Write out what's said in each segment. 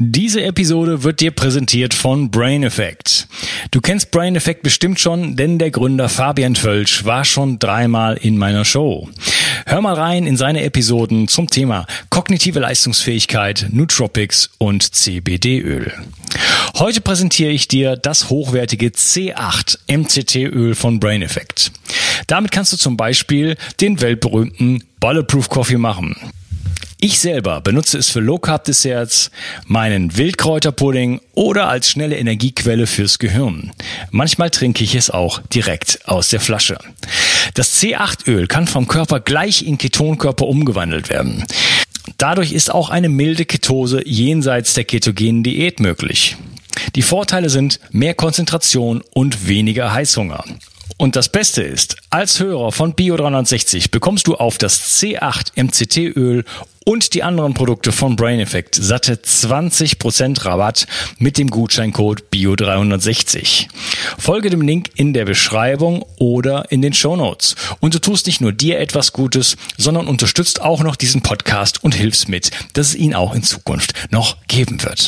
Diese Episode wird dir präsentiert von Brain Effect. Du kennst Brain Effect bestimmt schon, denn der Gründer Fabian Tölsch war schon 3-mal in meiner Show. Hör mal rein in seine Episoden zum Thema kognitive Leistungsfähigkeit, Nootropics und CBD-Öl. Heute präsentiere ich dir das hochwertige C8 MCT-Öl von Brain Effect. Damit kannst du zum Beispiel den weltberühmten Bulletproof Coffee machen. Ich selber benutze es für Low-Carb-Desserts, meinen Wildkräuterpudding oder als schnelle Energiequelle fürs Gehirn. Manchmal trinke ich es auch direkt aus der Flasche. Das C8-Öl kann vom Körper gleich in Ketonkörper umgewandelt werden. Dadurch ist auch eine milde Ketose jenseits der ketogenen Diät möglich. Die Vorteile sind mehr Konzentration und weniger Heißhunger. Und das Beste ist, als Hörer von Bio360 bekommst du auf das C8 MCT-Öl und die anderen Produkte von Brain Effect satte 20% Rabatt mit dem Gutscheincode Bio360. Folge dem Link in der Beschreibung oder in den Shownotes. Und du tust nicht nur dir etwas Gutes, sondern unterstützt auch noch diesen Podcast und hilfst mit, dass es ihn auch in Zukunft noch geben wird.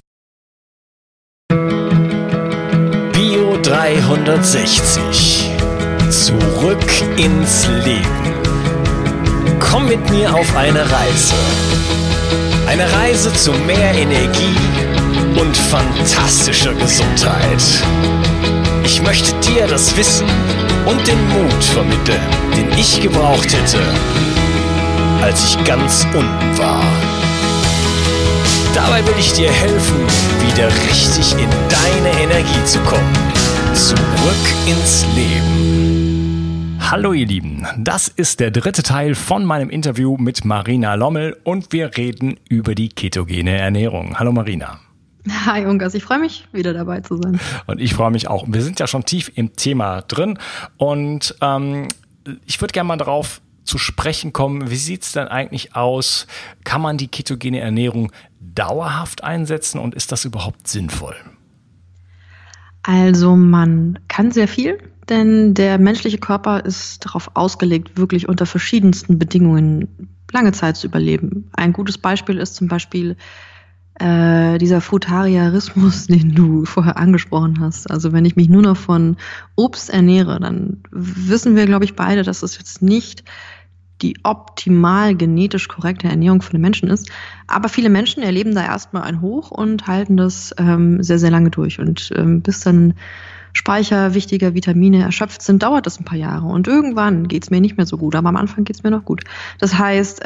Bio360. Zurück ins Leben. Komm mit mir auf eine Reise. Eine Reise zu mehr Energie und fantastischer Gesundheit. Ich möchte dir das Wissen und den Mut vermitteln, den ich gebraucht hätte, als ich ganz unten war. Dabei will ich dir helfen, wieder richtig in deine Energie zu kommen. Zurück ins Leben. Hallo ihr Lieben, das ist der 3. Teil von meinem Interview mit Marina Lommel und wir reden über die ketogene Ernährung. Hallo Marina. Hi Ungas, ich freue mich, wieder dabei zu sein. Und ich freue mich auch. Wir sind ja schon tief im Thema drin und ich würde gerne mal darauf zu sprechen kommen, wie sieht es denn eigentlich aus? Kann man die ketogene Ernährung dauerhaft einsetzen und ist das überhaupt sinnvoll? Also man kann sehr viel, denn der menschliche Körper ist darauf ausgelegt, wirklich unter verschiedensten Bedingungen lange Zeit zu überleben. Ein gutes Beispiel ist zum Beispiel dieser Frutarismus, den du vorher angesprochen hast. Also wenn ich mich nur noch von Obst ernähre, dann wissen wir, glaube ich, beide, dass es jetzt nicht die optimal genetisch korrekte Ernährung für den Menschen ist. Aber viele Menschen erleben da erstmal ein Hoch und halten das sehr, sehr lange durch. Und bis dann Speicher wichtiger Vitamine erschöpft sind, dauert das ein paar Jahre. Und irgendwann geht's mir nicht mehr so gut, aber am Anfang geht's mir noch gut. Das heißt,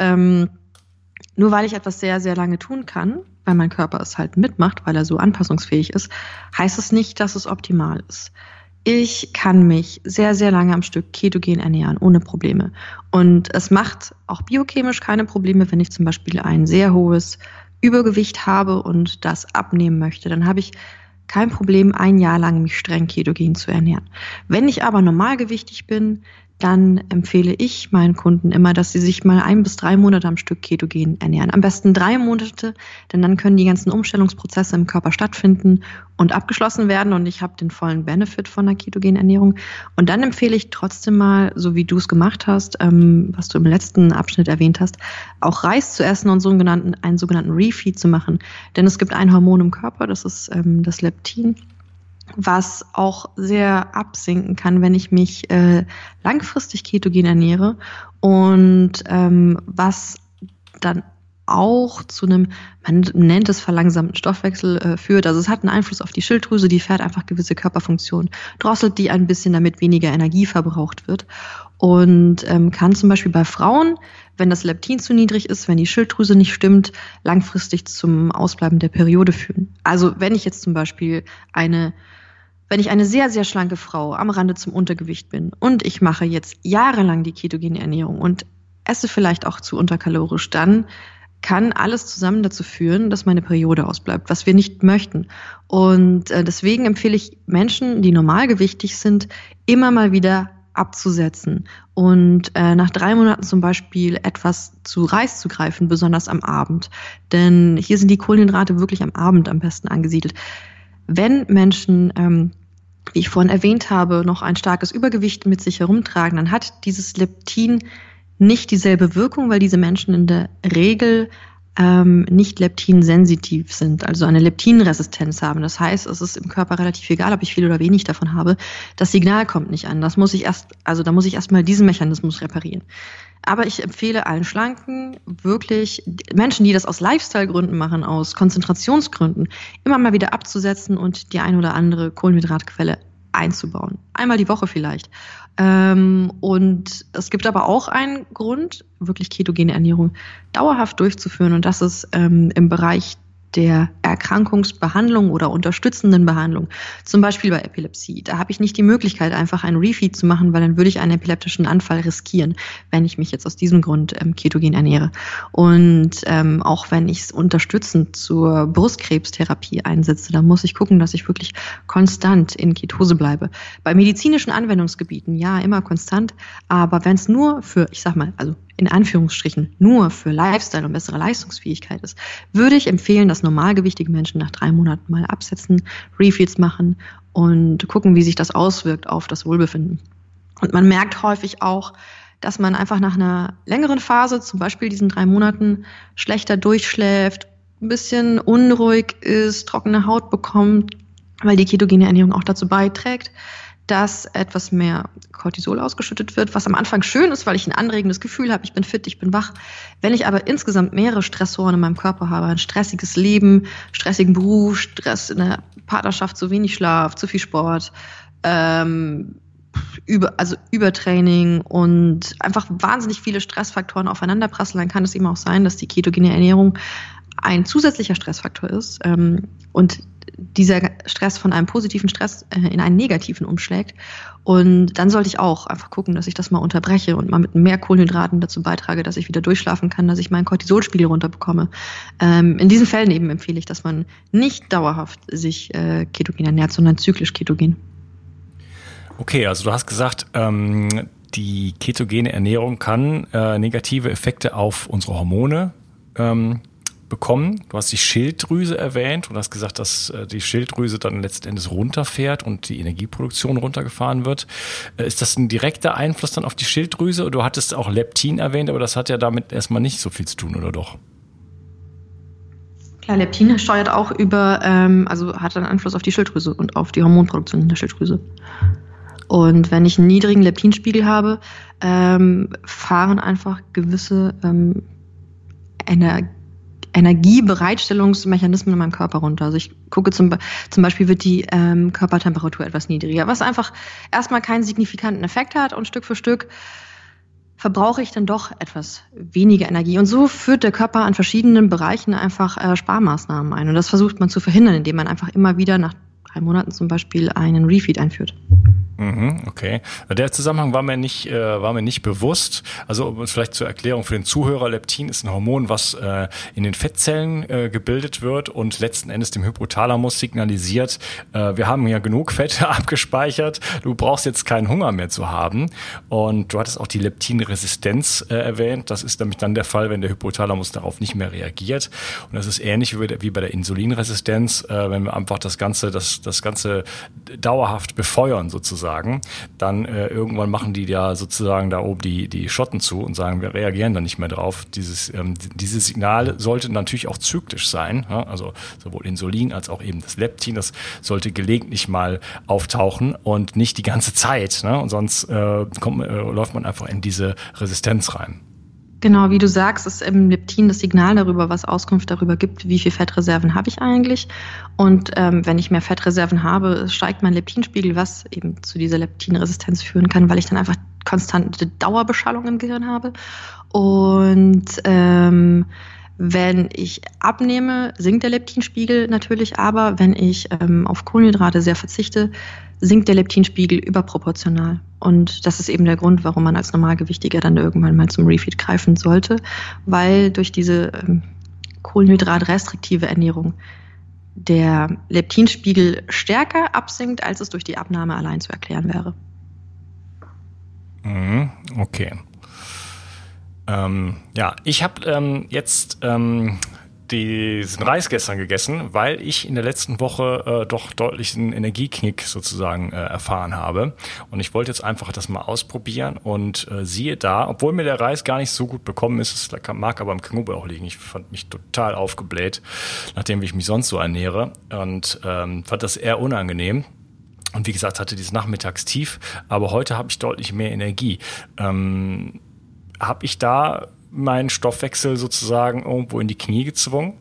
nur weil ich etwas sehr, sehr lange tun kann, weil mein Körper es halt mitmacht, weil er so anpassungsfähig ist, heißt es nicht, dass es optimal ist. Ich kann mich sehr, sehr lange am Stück ketogen ernähren, ohne Probleme. Und es macht auch biochemisch keine Probleme, wenn ich zum Beispiel ein sehr hohes Übergewicht habe und das abnehmen möchte. Dann habe ich kein Problem, 1 Jahr lang mich streng ketogen zu ernähren. Wenn ich aber normalgewichtig bin, dann empfehle ich meinen Kunden immer, dass sie sich mal 1 bis 3 Monate am Stück ketogen ernähren. Am besten 3 Monate, denn dann können die ganzen Umstellungsprozesse im Körper stattfinden und abgeschlossen werden und ich habe den vollen Benefit von einer ketogenen Ernährung. Und dann empfehle ich trotzdem mal, so wie du es gemacht hast, was du im letzten Abschnitt erwähnt hast, auch Reis zu essen und einen sogenannten Refeed zu machen. Denn es gibt ein Hormon im Körper, das ist das Leptin, was auch sehr absinken kann, wenn ich mich langfristig ketogen ernähre und was dann auch zu einem, man nennt es verlangsamten Stoffwechsel führt. Also es hat einen Einfluss auf die Schilddrüse, die fährt einfach gewisse Körperfunktionen, drosselt die ein bisschen, damit weniger Energie verbraucht wird und kann zum Beispiel bei Frauen, wenn das Leptin zu niedrig ist, wenn die Schilddrüse nicht stimmt, langfristig zum Ausbleiben der Periode führen. Also wenn ich jetzt zum Beispiel wenn ich eine sehr, sehr schlanke Frau am Rande zum Untergewicht bin und ich mache jetzt jahrelang die ketogene Ernährung und esse vielleicht auch zu unterkalorisch, dann kann alles zusammen dazu führen, dass meine Periode ausbleibt, was wir nicht möchten. Und deswegen empfehle ich Menschen, die normalgewichtig sind, immer mal wieder abzusetzen und nach 3 Monaten zum Beispiel etwas zu Reis zu greifen, besonders am Abend. Denn hier sind die Kohlenhydrate wirklich am Abend am besten angesiedelt. Wenn Menschen, wie ich vorhin erwähnt habe, noch ein starkes Übergewicht mit sich herumtragen, dann hat dieses Leptin nicht dieselbe Wirkung, weil diese Menschen in der Regel nicht leptinsensitiv sind, also eine Leptinresistenz haben. Das heißt, es ist im Körper relativ egal, ob ich viel oder wenig davon habe. Das Signal kommt nicht an. Da muss ich erstmal diesen Mechanismus reparieren. Aber ich empfehle allen Schlanken, wirklich Menschen, die das aus Lifestyle-Gründen machen, aus Konzentrationsgründen, immer mal wieder abzusetzen und die ein oder andere Kohlenhydratquelle einzubauen. Einmal die Woche vielleicht. Und es gibt aber auch einen Grund, wirklich ketogene Ernährung dauerhaft durchzuführen. Und das ist im Bereich der Erkrankungsbehandlung oder unterstützenden Behandlung, zum Beispiel bei Epilepsie. Da habe ich nicht die Möglichkeit, einfach einen Refeed zu machen, weil dann würde ich einen epileptischen Anfall riskieren, wenn ich mich jetzt aus diesem Grund ketogen ernähre. Und auch wenn ich es unterstützend zur Brustkrebstherapie einsetze, dann muss ich gucken, dass ich wirklich konstant in Ketose bleibe. Bei medizinischen Anwendungsgebieten, ja, immer konstant, aber wenn es nur für, ich sag mal, also in Anführungsstrichen nur für Lifestyle und bessere Leistungsfähigkeit ist, würde ich empfehlen, dass normalgewichtige Menschen nach 3 Monaten mal absetzen, Refeeds machen und gucken, wie sich das auswirkt auf das Wohlbefinden. Und man merkt häufig auch, dass man einfach nach einer längeren Phase, zum Beispiel diesen 3 Monaten, schlechter durchschläft, ein bisschen unruhig ist, trockene Haut bekommt, weil die ketogene Ernährung auch dazu beiträgt, dass etwas mehr Cortisol ausgeschüttet wird, was am Anfang schön ist, weil ich ein anregendes Gefühl habe, ich bin fit, ich bin wach. Wenn ich aber insgesamt mehrere Stressoren in meinem Körper habe, ein stressiges Leben, stressigen Beruf, Stress in der Partnerschaft, zu wenig Schlaf, zu viel Sport, Übertraining und einfach wahnsinnig viele Stressfaktoren aufeinanderprasseln, dann kann es eben auch sein, dass die ketogene Ernährung ein zusätzlicher Stressfaktor ist und dieser Stress von einem positiven Stress in einen negativen umschlägt. Und dann sollte ich auch einfach gucken, dass ich das mal unterbreche und mal mit mehr Kohlenhydraten dazu beitrage, dass ich wieder durchschlafen kann, dass ich meinen Cortisolspiegel runterbekomme. In diesen Fällen eben empfehle ich, dass man nicht dauerhaft sich ketogen ernährt, sondern zyklisch ketogen. Okay, also du hast gesagt, die ketogene Ernährung kann negative Effekte auf unsere Hormone bekommen. Du hast die Schilddrüse erwähnt und hast gesagt, dass die Schilddrüse dann letzten Endes runterfährt und die Energieproduktion runtergefahren wird. Ist das ein direkter Einfluss dann auf die Schilddrüse? Du hattest auch Leptin erwähnt, aber das hat ja damit erstmal nicht so viel zu tun, oder doch? Klar, Leptin steuert auch also hat einen Einfluss auf die Schilddrüse und auf die Hormonproduktion in der Schilddrüse. Und wenn ich einen niedrigen Leptinspiegel habe, fahren einfach gewisse Energiebereitstellungsmechanismen in meinem Körper runter. Also ich gucke zum Beispiel wird die Körpertemperatur etwas niedriger, was einfach erstmal keinen signifikanten Effekt hat und Stück für Stück verbrauche ich dann doch etwas weniger Energie. Und so führt der Körper an verschiedenen Bereichen einfach Sparmaßnahmen ein. Und das versucht man zu verhindern, indem man einfach immer wieder nach 3 Monaten zum Beispiel einen Refeed einführt. Okay. Der Zusammenhang war mir nicht bewusst. Also vielleicht zur Erklärung für den Zuhörer: Leptin ist ein Hormon, was in den Fettzellen gebildet wird und letzten Endes dem Hypothalamus signalisiert, wir haben ja genug Fette abgespeichert, du brauchst jetzt keinen Hunger mehr zu haben. Und du hattest auch die Leptinresistenz erwähnt. Das ist nämlich dann der Fall, wenn der Hypothalamus darauf nicht mehr reagiert. Und das ist ähnlich wie bei der Insulinresistenz, wenn wir einfach das Ganze dauerhaft befeuern sozusagen. Dann irgendwann machen die ja sozusagen da oben die Schotten zu und sagen, wir reagieren da nicht mehr drauf. Dieses Signal sollte natürlich auch zyklisch sein, ja? Also sowohl Insulin als auch eben das Leptin, das sollte gelegentlich mal auftauchen und nicht die ganze Zeit, ne? Und sonst läuft man einfach in diese Resistenz rein. Genau, wie du sagst, ist im Leptin das Signal darüber, was Auskunft darüber gibt, wie viel Fettreserven habe ich eigentlich. Und wenn ich mehr Fettreserven habe, steigt mein Leptinspiegel, was eben zu dieser Leptinresistenz führen kann, weil ich dann einfach konstante Dauerbeschallung im Gehirn habe. Und wenn ich abnehme, sinkt der Leptinspiegel natürlich, aber wenn ich auf Kohlenhydrate sehr verzichte, sinkt der Leptinspiegel überproportional. Und das ist eben der Grund, warum man als Normalgewichtiger dann irgendwann mal zum Refeed greifen sollte, weil durch diese kohlenhydratrestriktive Ernährung der Leptinspiegel stärker absinkt, als es durch die Abnahme allein zu erklären wäre. Okay. Ich habe jetzt diesen Reis gestern gegessen, weil ich in der letzten Woche doch deutlich einen Energieknick sozusagen erfahren habe. Und ich wollte jetzt einfach das mal ausprobieren und siehe da, obwohl mir der Reis gar nicht so gut bekommen ist, es mag aber am Knubbel auch liegen. Ich fand mich total aufgebläht, nachdem ich mich sonst so ernähre und fand das eher unangenehm. Und wie gesagt, hatte dieses Nachmittagstief, aber heute habe ich deutlich mehr Energie. Habe ich da meinen Stoffwechsel sozusagen irgendwo in die Knie gezwungen?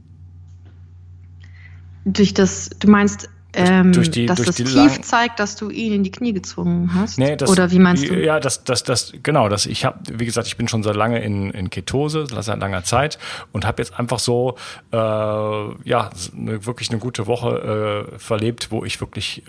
Du meinst, dass das Tief zeigt, dass du ihn in die Knie gezwungen hast? Nee, oder wie meinst du? Ja, wie gesagt, ich bin schon seit lange in Ketose, seit langer Zeit und habe jetzt einfach so, wirklich eine gute Woche verlebt, wo ich wirklich,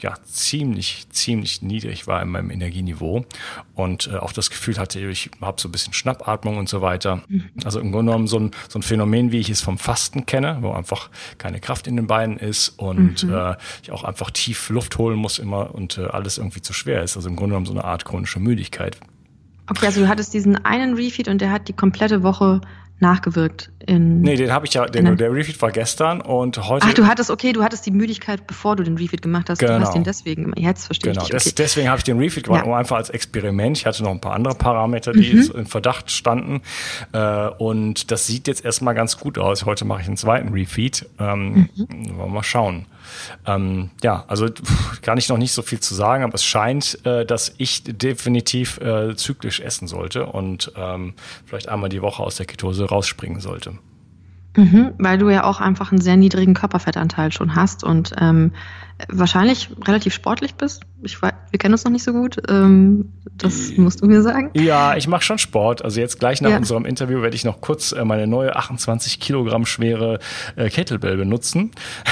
ziemlich niedrig war in meinem Energieniveau und auch das Gefühl hatte, ich habe so ein bisschen Schnappatmung und so weiter. Also im Grunde genommen so ein Phänomen, wie ich es vom Fasten kenne, wo einfach keine Kraft in den Beinen ist und ich auch einfach tief Luft holen muss immer und alles irgendwie zu schwer ist. Also im Grunde genommen so eine Art chronische Müdigkeit. Okay, also du hattest diesen einen Refeed und der hat die komplette Woche nachgewirkt. Den habe ich ja, der Refeed war gestern und heute. Ach, du hattest die Müdigkeit, bevor du den Refeed gemacht hast. Genau. Du hast den deswegen gemacht. Jetzt verstehe ich dich. Okay. Deswegen habe ich den Refeed gemacht, einfach als Experiment. Ich hatte noch ein paar andere Parameter, die in Verdacht standen. Und das sieht jetzt erstmal ganz gut aus. Heute mache ich einen zweiten Refeed. Wollen wir mal schauen. Also kann ich noch nicht so viel zu sagen, aber es scheint, dass ich definitiv zyklisch essen sollte und vielleicht einmal die Woche aus der Ketose rausspringen sollte. Weil du ja auch einfach einen sehr niedrigen Körperfettanteil schon hast und wahrscheinlich relativ sportlich bist. Wir kennen uns noch nicht so gut. Das musst du mir sagen. Ja, ich mache schon Sport. Also jetzt gleich nach unserem Interview werde ich noch kurz meine neue 28 Kilogramm schwere Kettlebell benutzen.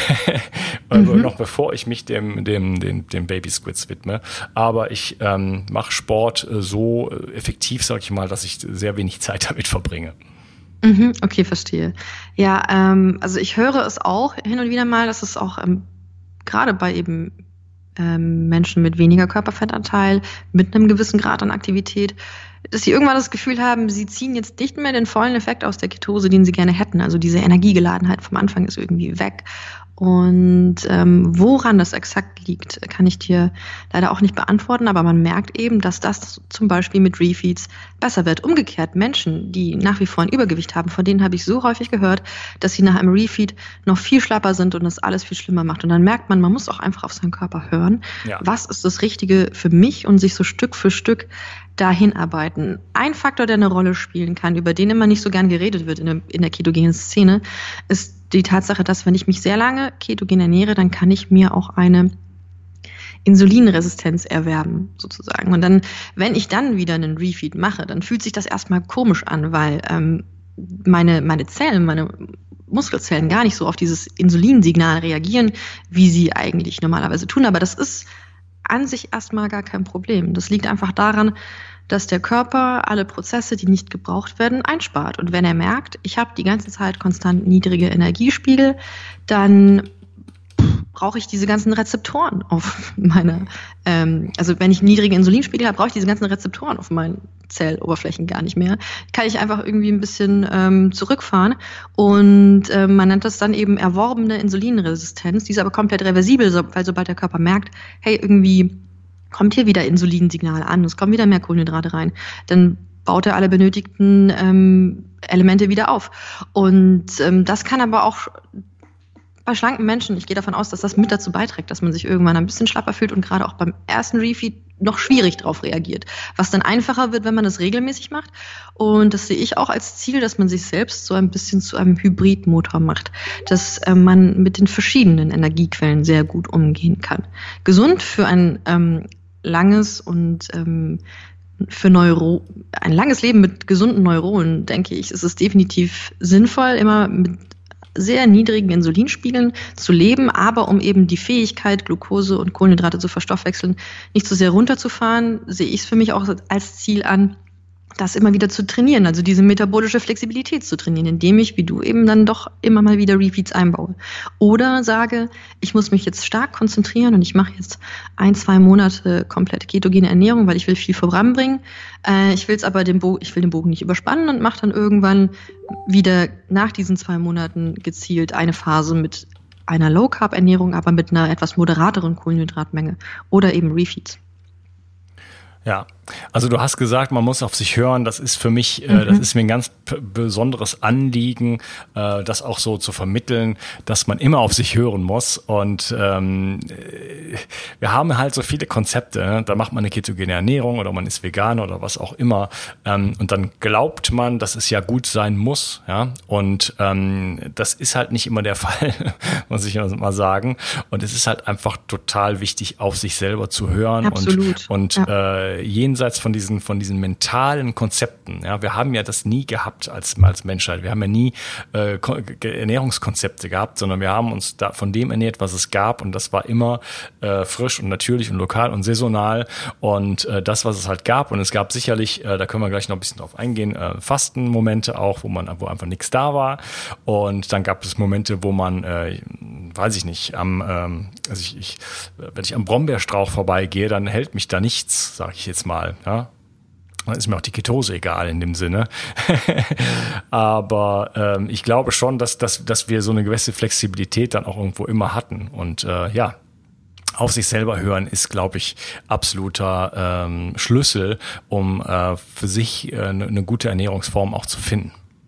Also noch bevor ich mich dem Baby Squids widme. Aber ich mache Sport so effektiv, sag ich mal, dass ich sehr wenig Zeit damit verbringe. Okay, verstehe. Ja, also ich höre es auch hin und wieder mal, dass es auch gerade bei eben Menschen mit weniger Körperfettanteil, mit einem gewissen Grad an Aktivität, dass sie irgendwann das Gefühl haben, sie ziehen jetzt nicht mehr den vollen Effekt aus der Ketose, den sie gerne hätten. Also diese Energiegeladenheit vom Anfang ist irgendwie weg. Und woran das exakt liegt, kann ich dir leider auch nicht beantworten, aber man merkt eben, dass das zum Beispiel mit Refeeds besser wird. Umgekehrt, Menschen, die nach wie vor ein Übergewicht haben, von denen habe ich so häufig gehört, dass sie nach einem Refeed noch viel schlapper sind und das alles viel schlimmer macht. Und dann merkt man muss auch einfach auf seinen Körper hören, was ist das Richtige für mich und sich so Stück für Stück dahin arbeiten. Ein Faktor, der eine Rolle spielen kann, über den immer nicht so gern geredet wird in der ketogenen Szene, ist die Tatsache, dass wenn ich mich sehr lange ketogen ernähre, dann kann ich mir auch eine Insulinresistenz erwerben, sozusagen. Und dann, wenn ich dann wieder einen Refeed mache, dann fühlt sich das erstmal komisch an, weil meine Zellen, meine Muskelzellen gar nicht so auf dieses Insulinsignal reagieren, wie sie eigentlich normalerweise tun. Aber das ist an sich erstmal gar kein Problem. Das liegt einfach daran, dass der Körper alle Prozesse, die nicht gebraucht werden, einspart. Und wenn er merkt, ich habe die ganze Zeit konstant niedrige Energiespiegel, dann brauche ich diese ganzen Rezeptoren auf meine, also wenn ich niedrige Insulinspiegel habe, brauche ich diese ganzen Rezeptoren auf meinen Zelloberflächen gar nicht mehr. Kann ich einfach irgendwie ein bisschen zurückfahren und man nennt das dann eben erworbene Insulinresistenz. Die ist aber komplett reversibel, weil sobald der Körper merkt, hey, irgendwie kommt hier wieder Insulinsignal an, es kommen wieder mehr Kohlenhydrate rein, dann baut er alle benötigten Elemente wieder auf. Und das kann aber auch bei schlanken Menschen, ich gehe davon aus, dass das mit dazu beiträgt, dass man sich irgendwann ein bisschen schlapper fühlt und gerade auch beim ersten Refeed noch schwierig drauf reagiert. Was dann einfacher wird, wenn man das regelmäßig macht. Und das sehe ich auch als Ziel, dass man sich selbst so ein bisschen zu einem Hybridmotor macht, dass man mit den verschiedenen Energiequellen sehr gut umgehen kann. Gesund für ein langes und für ein langes Leben mit gesunden Neuronen, denke ich, ist es definitiv sinnvoll, immer mit sehr niedrigen Insulinspiegeln zu leben, aber um eben die Fähigkeit, Glucose und Kohlenhydrate zu verstoffwechseln, nicht zu sehr runterzufahren, sehe ich es für mich auch als Ziel an, das immer wieder zu trainieren, also diese metabolische Flexibilität zu trainieren, indem ich, wie du eben, dann doch immer mal wieder Refeeds einbaue. Oder sage, ich muss mich jetzt stark konzentrieren und ich mache jetzt 1-2 Monate komplett ketogene Ernährung, weil ich will viel voranbringen. Ich will den Bogen nicht überspannen und mache dann irgendwann wieder nach diesen 2 Monaten gezielt eine Phase mit einer Low-Carb-Ernährung, aber mit einer etwas moderateren Kohlenhydratmenge oder eben Refeeds. Ja, also du hast gesagt, man muss auf sich hören. Das ist für mich, das ist mir ein ganz besonderes Anliegen, das auch so zu vermitteln, dass man immer auf sich hören muss. Und wir haben halt so viele Konzepte. Ne? Da macht man eine ketogene Ernährung oder man ist Veganer oder was auch immer. Und dann glaubt man, dass es ja gut sein muss. Ja, und das ist halt nicht immer der Fall, muss ich mal sagen. Und es ist halt einfach total wichtig, auf sich selber zu hören. Absolut. Und jenseits von diesen mentalen Konzepten. Ja, wir haben ja das nie gehabt als Menschheit. Wir haben ja nie Ernährungskonzepte gehabt, sondern wir haben uns da von dem ernährt, was es gab. Und das war immer frisch und natürlich und lokal und saisonal. Und das, was es halt gab. Und es gab sicherlich, da können wir gleich noch ein bisschen drauf eingehen, Fastenmomente auch, wo einfach nichts da war. Und dann gab es Momente, wo man, weiß ich nicht, wenn ich am Brombeerstrauch vorbeigehe, dann hält mich da nichts, sage ich jetzt mal. Ja? Dann ist mir auch die Ketose egal in dem Sinne. Aber ich glaube schon, dass wir so eine gewisse Flexibilität dann auch irgendwo immer hatten. Und auf sich selber hören ist, glaube ich, absoluter Schlüssel, um für sich eine gute Ernährungsform auch zu finden.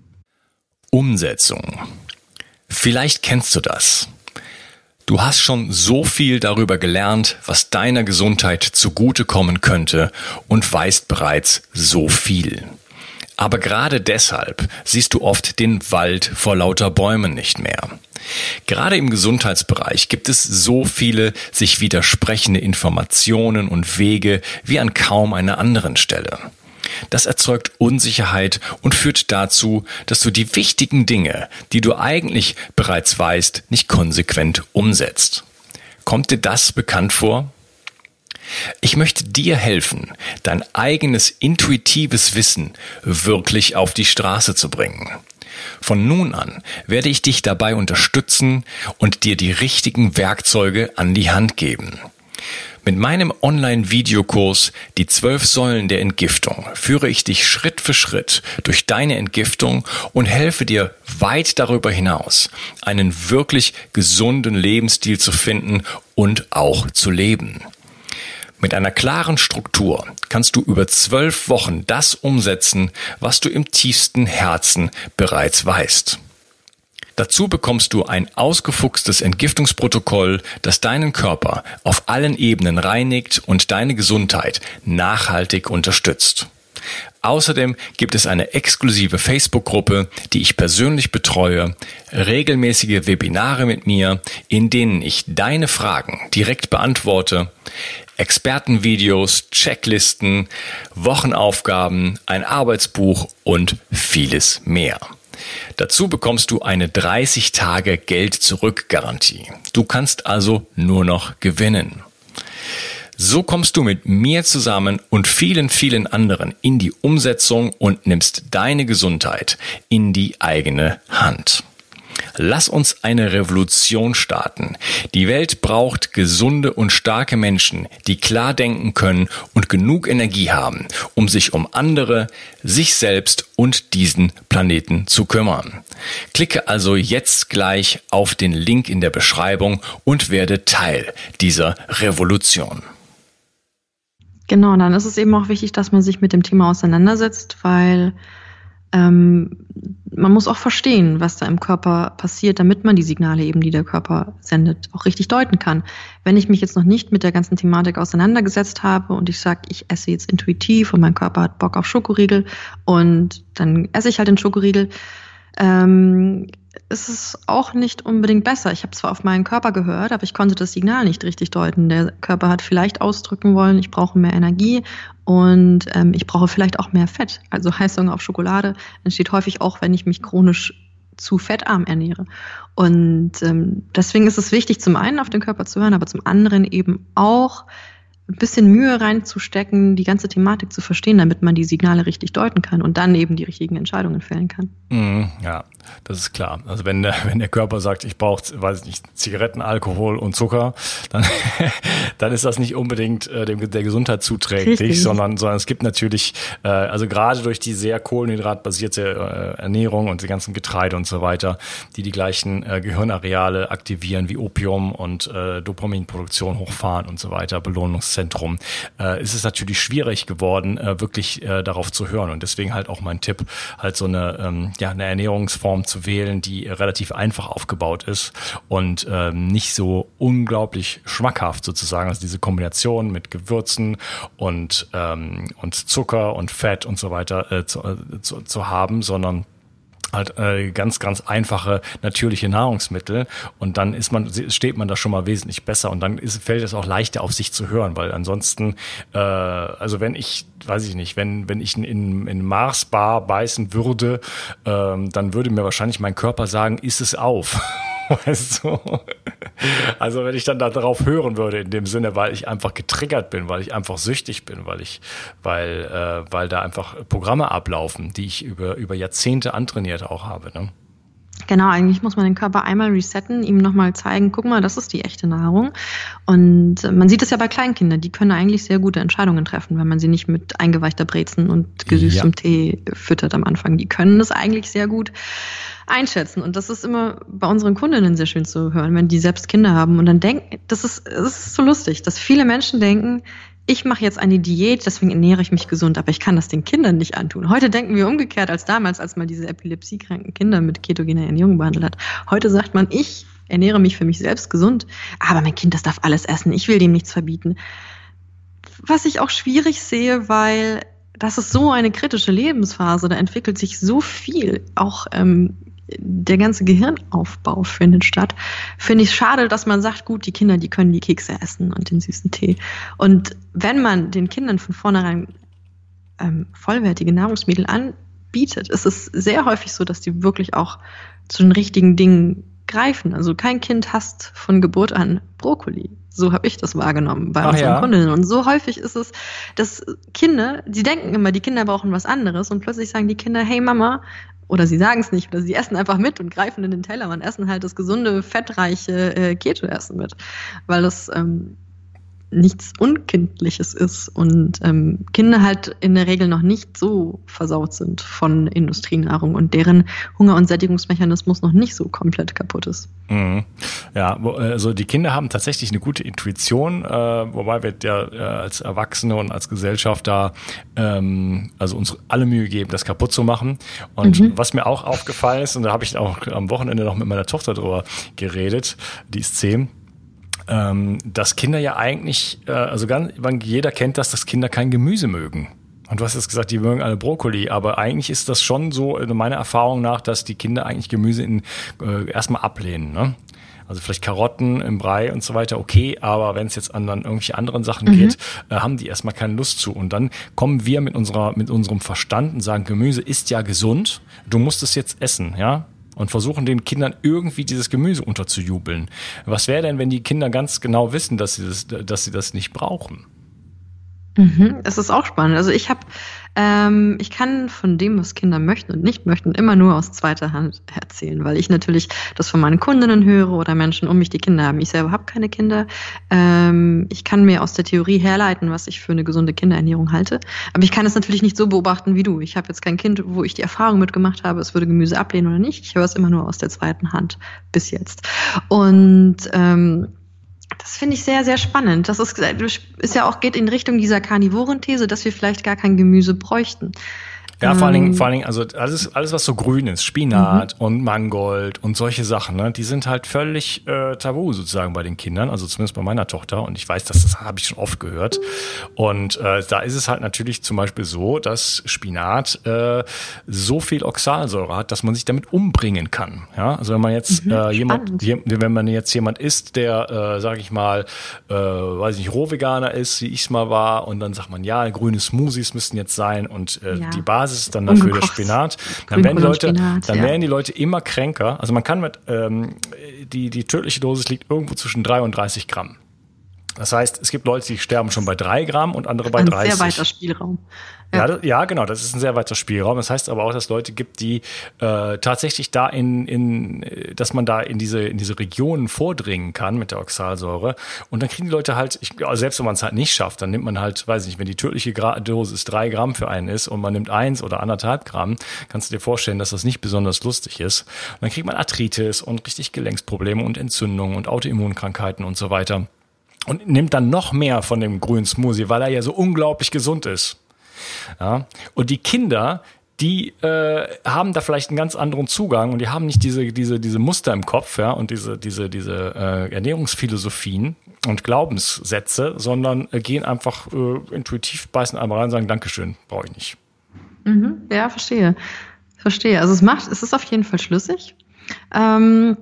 Umsetzung. Vielleicht kennst du das. Du hast schon so viel darüber gelernt, was deiner Gesundheit zugutekommen könnte und weißt bereits so viel. Aber gerade deshalb siehst du oft den Wald vor lauter Bäumen nicht mehr. Gerade im Gesundheitsbereich gibt es so viele sich widersprechende Informationen und Wege wie an kaum einer anderen Stelle. Das erzeugt Unsicherheit und führt dazu, dass du die wichtigen Dinge, die du eigentlich bereits weißt, nicht konsequent umsetzt. Kommt dir das bekannt vor? Ich möchte dir helfen, dein eigenes intuitives Wissen wirklich auf die Straße zu bringen. Von nun an werde ich dich dabei unterstützen und dir die richtigen Werkzeuge an die Hand geben. Mit meinem Online-Videokurs Die 12 Säulen der Entgiftung führe ich dich Schritt für Schritt durch deine Entgiftung und helfe dir weit darüber hinaus, einen wirklich gesunden Lebensstil zu finden und auch zu leben. Mit einer klaren Struktur kannst du über 12 Wochen das umsetzen, was du im tiefsten Herzen bereits weißt. Dazu bekommst du ein ausgefuchstes Entgiftungsprotokoll, das deinen Körper auf allen Ebenen reinigt und deine Gesundheit nachhaltig unterstützt. Außerdem gibt es eine exklusive Facebook-Gruppe, die ich persönlich betreue, regelmäßige Webinare mit mir, in denen ich deine Fragen direkt beantworte, Expertenvideos, Checklisten, Wochenaufgaben, ein Arbeitsbuch und vieles mehr. Dazu bekommst du eine 30-Tage-Geld-Zurück-Garantie. Du kannst also nur noch gewinnen. So kommst du mit mir zusammen und vielen, vielen anderen in die Umsetzung und nimmst deine Gesundheit in die eigene Hand. Lass uns eine Revolution starten. Die Welt braucht gesunde und starke Menschen, die klar denken können und genug Energie haben, um sich um andere, sich selbst und diesen Planeten zu kümmern. Klicke also jetzt gleich auf den Link in der Beschreibung und werde Teil dieser Revolution. Genau, dann ist es eben auch wichtig, dass man sich mit dem Thema auseinandersetzt, weil man muss auch verstehen, was da im Körper passiert, damit man die Signale eben, die der Körper sendet, auch richtig deuten kann. Wenn ich mich jetzt noch nicht mit der ganzen Thematik auseinandergesetzt habe und ich sage, ich esse jetzt intuitiv und mein Körper hat Bock auf Schokoriegel und dann esse ich halt den Schokoriegel, ist es auch nicht unbedingt besser. Ich habe zwar auf meinen Körper gehört, aber ich konnte das Signal nicht richtig deuten. Der Körper hat vielleicht ausdrücken wollen, ich brauche mehr Energie und ich brauche vielleicht auch mehr Fett. Also Heißhunger auf Schokolade entsteht häufig auch, wenn ich mich chronisch zu fettarm ernähre. Und deswegen ist es wichtig, zum einen auf den Körper zu hören, aber zum anderen eben auch ein bisschen Mühe reinzustecken, die ganze Thematik zu verstehen, damit man die Signale richtig deuten kann und dann eben die richtigen Entscheidungen fällen kann. Ja, das ist klar. Also wenn der Körper sagt, ich brauche, weiß nicht, Zigaretten, Alkohol und Zucker, dann ist das nicht unbedingt der Gesundheit zuträglich, sondern es gibt natürlich, also gerade durch die sehr kohlenhydratbasierte Ernährung und die ganzen Getreide und so weiter, die gleichen Gehirnareale aktivieren wie Opium und Dopaminproduktion hochfahren und so weiter, Belohnungszentrum, ist es natürlich schwierig geworden, wirklich darauf zu hören. Und deswegen halt auch mein Tipp, halt so eine Ernährungsform zu wählen, die relativ einfach aufgebaut ist und nicht so unglaublich schmackhaft sozusagen, also diese Kombination mit Gewürzen und Zucker und Fett und so weiter zu haben, sondern halt ganz, ganz einfache, natürliche Nahrungsmittel und dann steht man da schon mal wesentlich besser und dann fällt es auch leichter auf sich zu hören, weil ansonsten, also wenn ich in Mars-Bar beißen würde, dann würde mir wahrscheinlich mein Körper sagen, iss es auf. Weißt du? Also wenn ich dann darauf hören würde in dem Sinne, weil ich einfach getriggert bin, weil ich einfach süchtig bin, weil da einfach Programme ablaufen, die ich über Jahrzehnte antrainiert auch habe, ne? Genau, eigentlich muss man den Körper einmal resetten, ihm nochmal zeigen, guck mal, das ist die echte Nahrung. Und man sieht es ja bei Kleinkindern, die können eigentlich sehr gute Entscheidungen treffen, wenn man sie nicht mit eingeweichter Brezen und gesüßtem Tee füttert am Anfang. Die können das eigentlich sehr gut einschätzen. Und das ist immer bei unseren Kundinnen sehr schön zu hören, wenn die selbst Kinder haben und dann denken, das ist so lustig, dass viele Menschen denken, ich mache jetzt eine Diät, deswegen ernähre ich mich gesund, aber ich kann das den Kindern nicht antun. Heute denken wir umgekehrt als damals, als man diese epilepsiekranken Kinder mit ketogener Ernährung behandelt hat. Heute sagt man, ich ernähre mich für mich selbst gesund, aber mein Kind, das darf alles essen, ich will dem nichts verbieten. Was ich auch schwierig sehe, weil das ist so eine kritische Lebensphase, da entwickelt sich so viel, auch der ganze Gehirnaufbau findet statt. Finde ich schade, dass man sagt, gut, die Kinder, die können die Kekse essen und den süßen Tee. Und wenn man den Kindern von vornherein vollwertige Nahrungsmittel anbietet, ist es sehr häufig so, dass die wirklich auch zu den richtigen Dingen greifen. Also kein Kind hasst von Geburt an Brokkoli. So habe ich das wahrgenommen bei unseren Kundinnen. Und so häufig ist es, dass Kinder, die denken immer, die Kinder brauchen was anderes und plötzlich sagen die Kinder, hey Mama, oder sie sagen es nicht, oder sie essen einfach mit und greifen in den Teller und essen halt das gesunde, fettreiche Keto-Essen mit, weil das nichts Unkindliches ist und Kinder halt in der Regel noch nicht so versaut sind von Industrienahrung und deren Hunger- und Sättigungsmechanismus noch nicht so komplett kaputt ist. Mhm. Ja, also die Kinder haben tatsächlich eine gute Intuition, wobei wir ja als Erwachsene und als Gesellschaft da also uns alle Mühe geben, das kaputt zu machen. Und was mir auch aufgefallen ist, und da habe ich auch am Wochenende noch mit meiner Tochter drüber geredet, die ist 10, dass Kinder ja eigentlich, jeder kennt das, dass Kinder kein Gemüse mögen. Und du hast jetzt gesagt, die mögen alle Brokkoli, aber eigentlich ist das schon so, meiner Erfahrung nach, dass die Kinder eigentlich Gemüse erstmal ablehnen, ne? Also vielleicht Karotten im Brei und so weiter, okay, aber wenn es jetzt an dann irgendwelche anderen Sachen geht, haben die erstmal keine Lust zu. Und dann kommen wir mit unserem Verstand und sagen, Gemüse ist ja gesund, du musst es jetzt essen, ja? Und versuchen den Kindern irgendwie dieses Gemüse unterzujubeln. Was wäre denn, wenn die Kinder ganz genau wissen, dass sie das nicht brauchen? Das ist auch spannend. Also ich kann von dem, was Kinder möchten und nicht möchten, immer nur aus zweiter Hand erzählen, weil ich natürlich das von meinen Kundinnen höre oder Menschen um mich, die Kinder haben. Ich selber habe keine Kinder. Ich kann mir aus der Theorie herleiten, was ich für eine gesunde Kinderernährung halte. Aber ich kann es natürlich nicht so beobachten wie du. Ich habe jetzt kein Kind, wo ich die Erfahrung mitgemacht habe, es würde Gemüse ablehnen oder nicht. Ich höre es immer nur aus der zweiten Hand bis jetzt. Und das finde ich sehr, sehr spannend. Das ist ja auch, geht in Richtung dieser Karnivorenthese, dass wir vielleicht gar kein Gemüse bräuchten. Ja, vor allen Dingen, also alles, was so grün ist, Spinat und Mangold und solche Sachen, ne, die sind halt völlig tabu sozusagen bei den Kindern, also zumindest bei meiner Tochter. Und ich weiß, das habe ich schon oft gehört. Und da ist es halt natürlich zum Beispiel so, dass Spinat so viel Oxalsäure hat, dass man sich damit umbringen kann. Ja, also wenn man jetzt jemand isst, der, sage ich mal, Rohveganer ist, wie ich es mal war, und dann sagt man, ja, grüne Smoothies müssten jetzt sein und die Basis ist dann dafür der Spinat. Dann werden die Leute immer kränker. Also man kann die tödliche Dosis liegt irgendwo zwischen 3 und 30 Gramm. Das heißt, es gibt Leute, die sterben schon bei 3 Gramm und andere bei 30. Ein sehr weiter Spielraum. Ja, genau, das ist ein sehr weiter Spielraum. Das heißt aber auch, dass es Leute gibt, die tatsächlich da dass man da in diese Regionen vordringen kann mit der Oxalsäure. Und dann kriegen die Leute halt, selbst wenn man es halt nicht schafft, dann nimmt man halt, weiß ich nicht, wenn die tödliche Dosis 3 Gramm für einen ist und man nimmt 1 oder 1,5 Gramm, kannst du dir vorstellen, dass das nicht besonders lustig ist. Und dann kriegt man Arthritis und richtig Gelenksprobleme und Entzündungen und Autoimmunkrankheiten und so weiter. Und nimmt dann noch mehr von dem grünen Smoothie, weil er ja so unglaublich gesund ist. Ja. Und die Kinder, die haben da vielleicht einen ganz anderen Zugang und die haben nicht diese Muster im Kopf, ja, und diese Ernährungsphilosophien und Glaubenssätze, sondern gehen einfach intuitiv, beißen einmal rein und sagen, Dankeschön, brauche ich nicht. Mhm, ja, verstehe. Also es ist auf jeden Fall schlüssig. Aber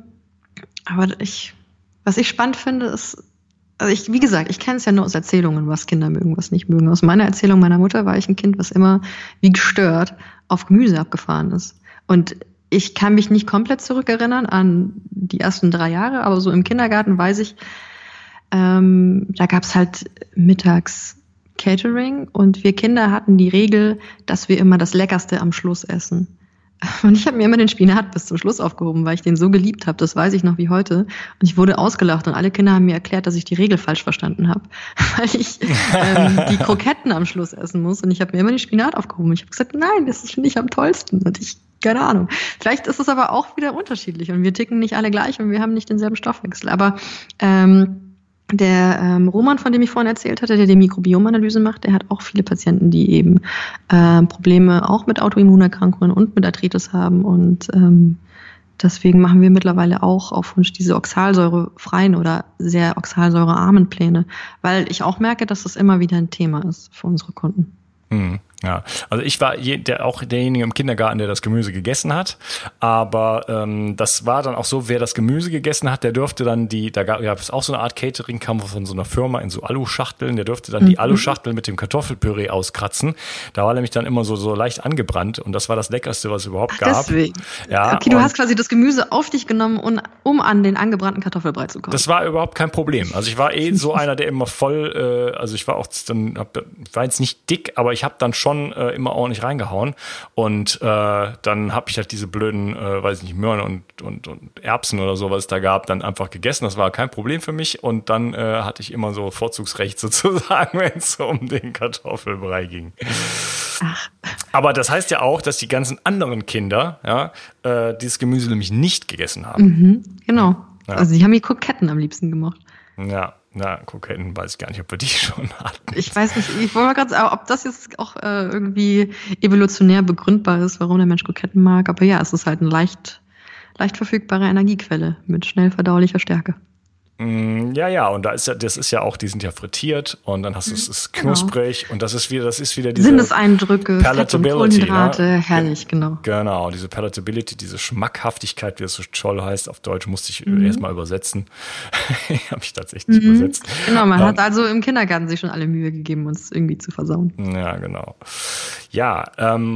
was ich spannend finde, ist, also wie gesagt, ich kenne es ja nur aus Erzählungen, was Kinder mögen, was nicht mögen. Aus meiner Erzählung meiner Mutter war ich ein Kind, was immer wie gestört auf Gemüse abgefahren ist. Und ich kann mich nicht komplett zurückerinnern an die ersten 3 Jahre, aber so im Kindergarten weiß ich, da gab es halt mittags Catering und wir Kinder hatten die Regel, dass wir immer das Leckerste am Schluss essen. Und ich habe mir immer den Spinat bis zum Schluss aufgehoben, weil ich den so geliebt habe. Das weiß ich noch wie heute. Und ich wurde ausgelacht und alle Kinder haben mir erklärt, dass ich die Regel falsch verstanden habe, weil ich die Kroketten am Schluss essen muss. Und ich habe mir immer den Spinat aufgehoben. Ich habe gesagt, nein, das finde ich am tollsten. Und keine Ahnung. Vielleicht ist es aber auch wieder unterschiedlich und wir ticken nicht alle gleich und wir haben nicht denselben Stoffwechsel. Aber der Roman, von dem ich vorhin erzählt hatte, der die Mikrobiomanalyse macht, der hat auch viele Patienten, die eben Probleme auch mit Autoimmunerkrankungen und mit Arthritis haben. Und deswegen machen wir mittlerweile auch auf Wunsch diese oxalsäurefreien oder sehr oxalsäurearmen Pläne, weil ich auch merke, dass das immer wieder ein Thema ist für unsere Kunden. Ja, also ich war auch derjenige im Kindergarten, der das Gemüse gegessen hat, aber das war dann auch so, wer das Gemüse gegessen hat, der durfte dann da gab es auch so eine Art Catering, kam von so einer Firma in so Aluschachteln, der durfte dann die Aluschachtel mit dem Kartoffelpüree auskratzen. Da war nämlich dann immer so leicht angebrannt und das war das Leckerste, was es überhaupt gab. Deswegen. Ja, okay, du hast quasi das Gemüse auf dich genommen, um an den angebrannten Kartoffelbrei zu kommen. Das war überhaupt kein Problem. Also ich war so einer, der immer voll, also ich war jetzt nicht dick, aber ich habe dann schon immer ordentlich reingehauen und dann habe ich halt diese blöden, weiß ich nicht, Möhren und Erbsen oder so, was es da gab, dann einfach gegessen. Das war kein Problem für mich und dann hatte ich immer so Vorzugsrecht sozusagen, wenn es um den Kartoffelbrei ging. Ach. Aber das heißt ja auch, dass die ganzen anderen Kinder dieses Gemüse nämlich nicht gegessen haben. Mhm, genau. Ja. Also die haben die Kroketten am liebsten gemocht. Ja. Na, Kroketten weiß ich gar nicht, ob wir die schon hatten. Ich weiß nicht, ich wollte mal gerade sagen, ob das jetzt auch irgendwie evolutionär begründbar ist, warum der Mensch Kroketten mag. Aber ja, es ist halt eine leicht verfügbare Energiequelle mit schnell verdaulicher Stärke. Ja, und das ist ja auch, die sind ja frittiert und dann hast du es ist knusprig und das ist wieder diese Sinneseindrücke, Fett und Kohlenhydrate, ne? Herrlich, genau. Genau, diese Palatability, diese Schmackhaftigkeit, wie das so toll heißt, auf Deutsch musste ich erstmal übersetzen. Habe ich tatsächlich übersetzt. Genau, man hat also im Kindergarten sich schon alle Mühe gegeben, uns irgendwie zu versauen. Ja, genau. Ja,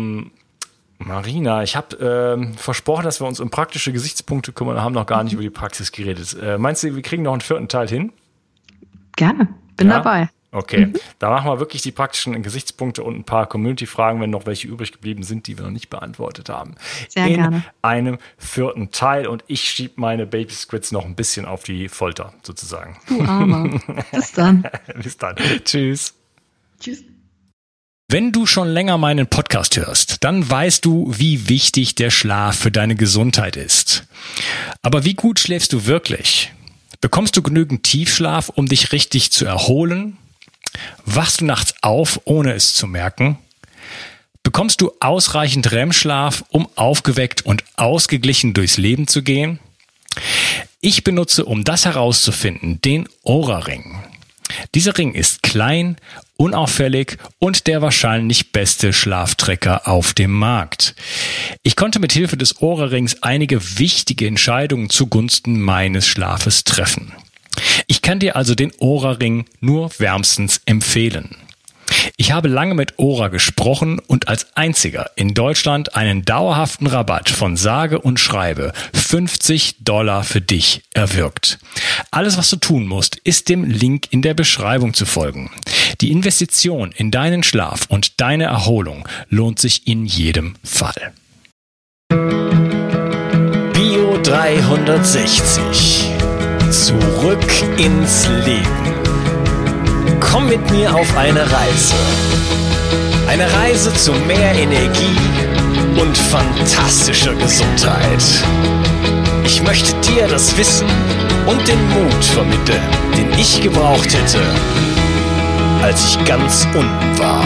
Marina, ich habe versprochen, dass wir uns um praktische Gesichtspunkte kümmern und haben noch gar nicht über die Praxis geredet. Meinst du, wir kriegen noch einen 4. Teil hin? Gerne, bin dabei. Okay, da machen wir wirklich die praktischen Gesichtspunkte und ein paar Community-Fragen, wenn noch welche übrig geblieben sind, die wir noch nicht beantwortet haben. Sehr gerne. In einem 4. Teil und ich schiebe meine Baby Squids noch ein bisschen auf die Folter, sozusagen. Du Armer. Bis dann. Bis dann. Tschüss. Tschüss. Wenn du schon länger meinen Podcast hörst, dann weißt du, wie wichtig der Schlaf für deine Gesundheit ist. Aber wie gut schläfst du wirklich? Bekommst du genügend Tiefschlaf, um dich richtig zu erholen? Wachst du nachts auf, ohne es zu merken? Bekommst du ausreichend REM-Schlaf, um aufgeweckt und ausgeglichen durchs Leben zu gehen? Ich benutze, um das herauszufinden, den Oura-Ring. Dieser Ring ist klein, unauffällig und der wahrscheinlich beste Schlaftrecker auf dem Markt. Ich konnte mit Hilfe des Oura-Rings einige wichtige Entscheidungen zugunsten meines Schlafes treffen. Ich kann dir also den Oura-Ring nur wärmstens empfehlen. Ich habe lange mit Ora gesprochen und als einziger in Deutschland einen dauerhaften Rabatt von sage und schreibe $50 für dich erwirkt. Alles, was du tun musst, ist dem Link in der Beschreibung zu folgen. Die Investition in deinen Schlaf und deine Erholung lohnt sich in jedem Fall. Bio 360. Zurück ins Leben. Komm mit mir auf eine Reise. Eine Reise zu mehr Energie und fantastischer Gesundheit. Ich möchte dir das Wissen und den Mut vermitteln, den ich gebraucht hätte, als ich ganz unten war.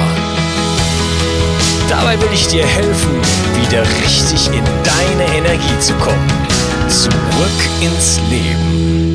Dabei will ich dir helfen, wieder richtig in deine Energie zu kommen. Zurück ins Leben.